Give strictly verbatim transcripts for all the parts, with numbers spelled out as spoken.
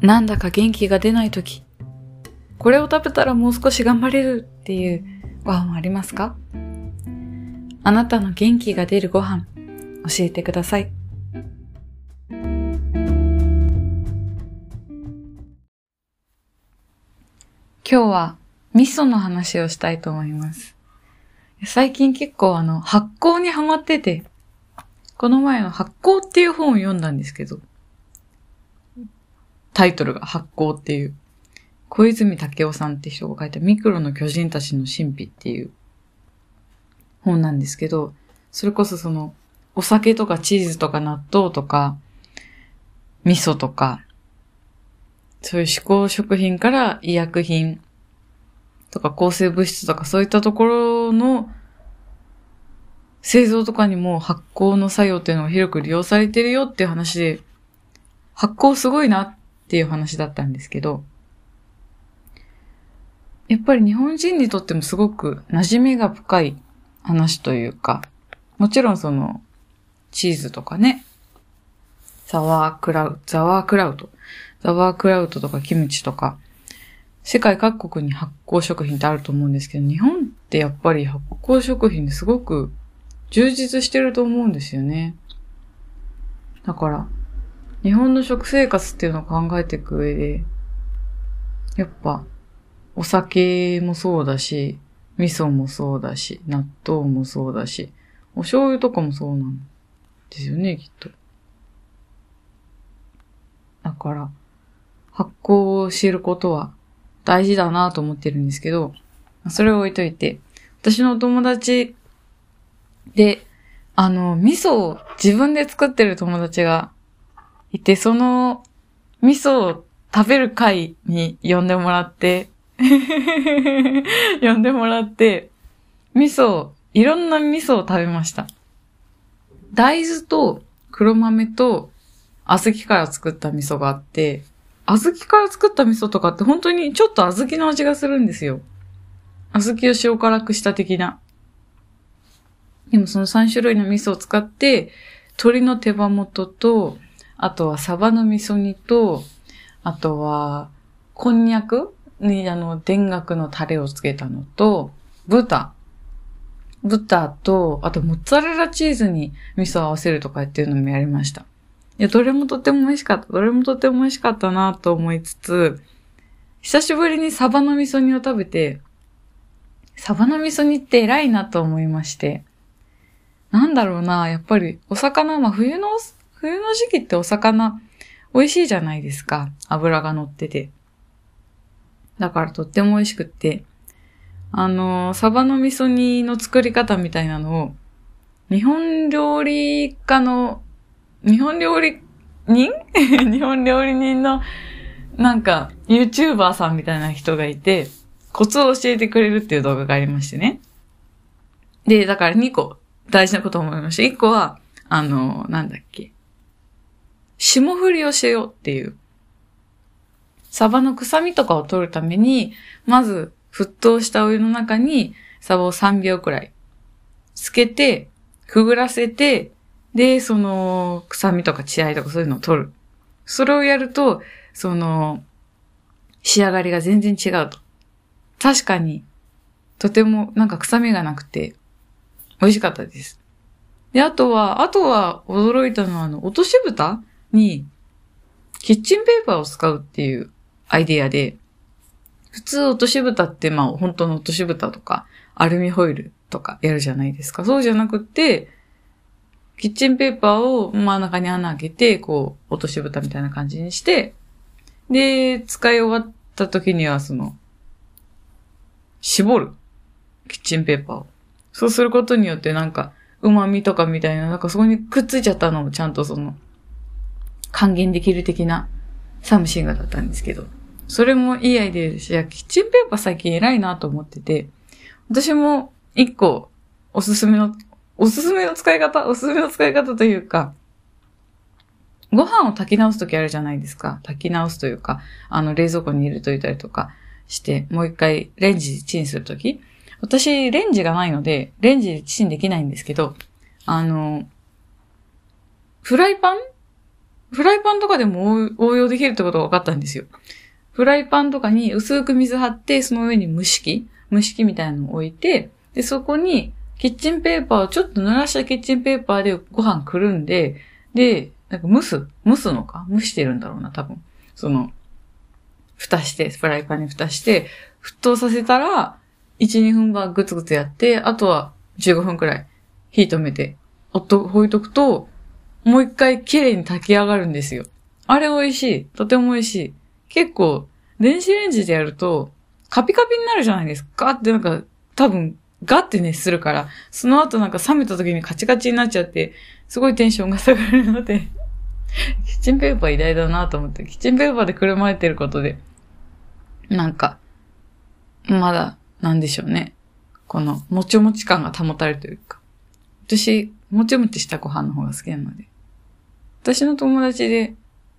なんだか元気が出ないとき、これを食べたらもう少し頑張れるっていうご飯はありますか？あなたの元気が出るご飯、教えてください。今日は味噌の話をしたいと思います。最近結構あの発酵にハマってて、この前の発酵っていう本を読んだんですけど、タイトルが発酵っていう、小泉武夫さんって人が書いたミクロの巨人たちの神秘っていう本なんですけど、それこそそのお酒とかチーズとか納豆とか味噌とか、そういう嗜好食品から医薬品とか抗生物質とかそういったところの製造とかにも発酵の作用っていうのが広く利用されてるよっていう話で、発酵すごいなっていう話だったんですけど、やっぱり日本人にとってもすごく馴染みが深い話というか、もちろんそのチーズとかね、ザワークラウト、ザワークラウト、ザワークラウトとかキムチとか、世界各国に発酵食品ってあると思うんですけど、日本ってやっぱり発酵食品ですごく充実してると思うんですよね。だから、日本の食生活っていうのを考えていく上で、やっぱ、お酒もそうだし、味噌もそうだし、納豆もそうだし、お醤油とかもそうなんですよね、きっと。だから、発酵を知ることは大事だなと思ってるんですけど、それを置いといて、私のお友達で、あの、味噌を自分で作ってる友達がいて、その味噌を食べる会に呼んでもらって、呼んでもらって、味噌、いろんな味噌を食べました。大豆と黒豆と小豆から作った味噌があって、小豆から作った味噌とかって本当にちょっと小豆の味がするんですよ。小豆を塩辛くした的な。でもそのさん種類の味噌を使って、鶏の手羽元と、あとはサバの味噌煮と、あとは、こんにゃくにあの、田楽のタレをつけたのと、豚。豚と、あとモッツァレラチーズに味噌を合わせるとかっていうのもやりました。いや、どれもとても美味しかった。どれもとても美味しかったなと思いつつ、久しぶりにサバの味噌煮を食べて、サバの味噌煮って偉いなと思いまして、なんだろうな、やっぱりお魚、まあ冬の、冬の時期ってお魚美味しいじゃないですか。脂が乗ってて。だからとっても美味しくって、あの、サバの味噌煮の作り方みたいなのを、日本料理家の、日本料理人日本料理人の、なんか、YouTuber さんみたいな人がいて、コツを教えてくれるっていう動画がありましてね。で、だからにこ大事なことを思いました。いっこは、あの、なんだっけ。霜降りをしようっていう。サバの臭みとかを取るために、まず、沸騰したお湯の中に、サバをさんびょうくらい、つけて、くぐらせて、で、その、臭みとか血合いとかそういうのを取る。それをやると、その、仕上がりが全然違うと。確かに、とてもなんか臭みがなくて、美味しかったです。で、あとは、あとは驚いたのは、あの、落とし蓋に、キッチンペーパーを使うっていうアイデアで、普通落とし蓋って、まあ、本当の落とし蓋とか、アルミホイルとかやるじゃないですか。そうじゃなくって、キッチンペーパーを真ん中に穴開けて、こう、落とし蓋みたいな感じにして、で、使い終わった時には、その、絞る。キッチンペーパーを。そうすることによってなんか、旨味とかみたいな、なんかそこにくっついちゃったのをちゃんとその、還元できる的なサムシンガだったんですけど、それもいいアイデアですし、いや、キッチンペーパー最近偉いなと思ってて、私も一個おすすめの、おすすめの使い方、おすすめの使い方というか、ご飯を炊き直すときあるじゃないですか。炊き直すというか、あの冷蔵庫に入れといたりとかして、もう一回レンジでチンするとき。私、レンジがないので、レンジでチンできないんですけど、あの、フライパンフライパンとかでも応用できるってことが分かったんですよ。フライパンとかに薄く水張って、その上に蒸し器蒸し器みたいなのを置いて、で、そこにキッチンペーパーをちょっと濡らしたキッチンペーパーでご飯くるんで、で、なんか蒸す蒸すのか蒸してるんだろうな、多分。その、蓋して、フライパンに蓋して、沸騰させたら、いち、にふんはグツグツやって、あとはじゅうごふんくらい火止めて、おっと、置いとくと、もう一回綺麗に炊き上がるんですよ。あれ美味しい。とても美味しい。結構、電子レンジでやると、カピカピになるじゃないですか。ガってなんか、多分、ガって熱するから、その後なんか冷めた時にカチカチになっちゃって、すごいテンションが下がるので、キッチンペーパー偉大だなと思って、キッチンペーパーでくるまれてることで、なんか、まだ、なんでしょうね。この、もちもち感が保たれるというか。私、もちもちしたご飯の方が好きなので。私の友達で、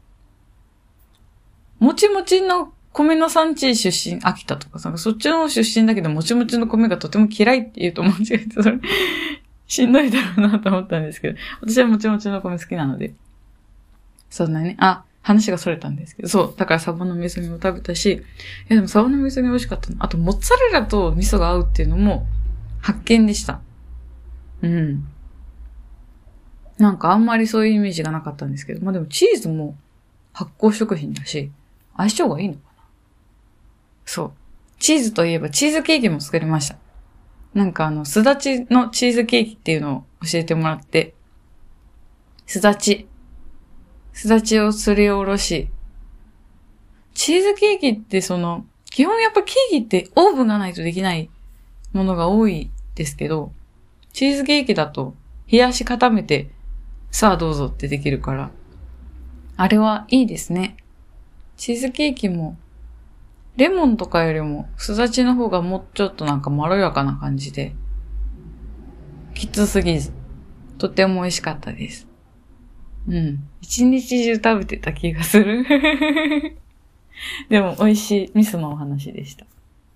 もちもちの米の産地出身、秋田とかさ、そっちの出身だけど、もちもちの米がとても嫌いって言うと間違えて、それ、しんどいだろうなと思ったんですけど、私はもちもちの米好きなので。そんなね、あ、話が逸れたんですけど、そう、だからサバの味噌煮も食べたし、いやでもサバの味噌煮美味しかったな。あと、モッツァレラと味噌が合うっていうのも発見でした。うん。なんかあんまりそういうイメージがなかったんですけど、まあでもチーズも発酵食品だし、相性がいいのかな。そう。チーズといえばチーズケーキも作りました。なんかあの、すだちのチーズケーキっていうのを教えてもらって、すだち。すだちをすりおろし、チーズケーキってその、基本やっぱケーキってオーブンがないとできないものが多いですけど、チーズケーキだと冷やし固めて、さあどうぞってできるから、あれはいいですね。チーズケーキも、レモンとかよりも、すだちの方がもうちょっとなんかまろやかな感じで、きつすぎず、とても美味しかったです。うん。一日中食べてた気がする。でも美味しい味噌のお話でした。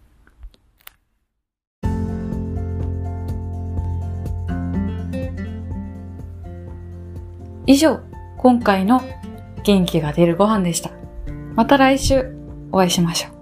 以上、今回の元気が出るご飯でした。また来週お会いしましょう。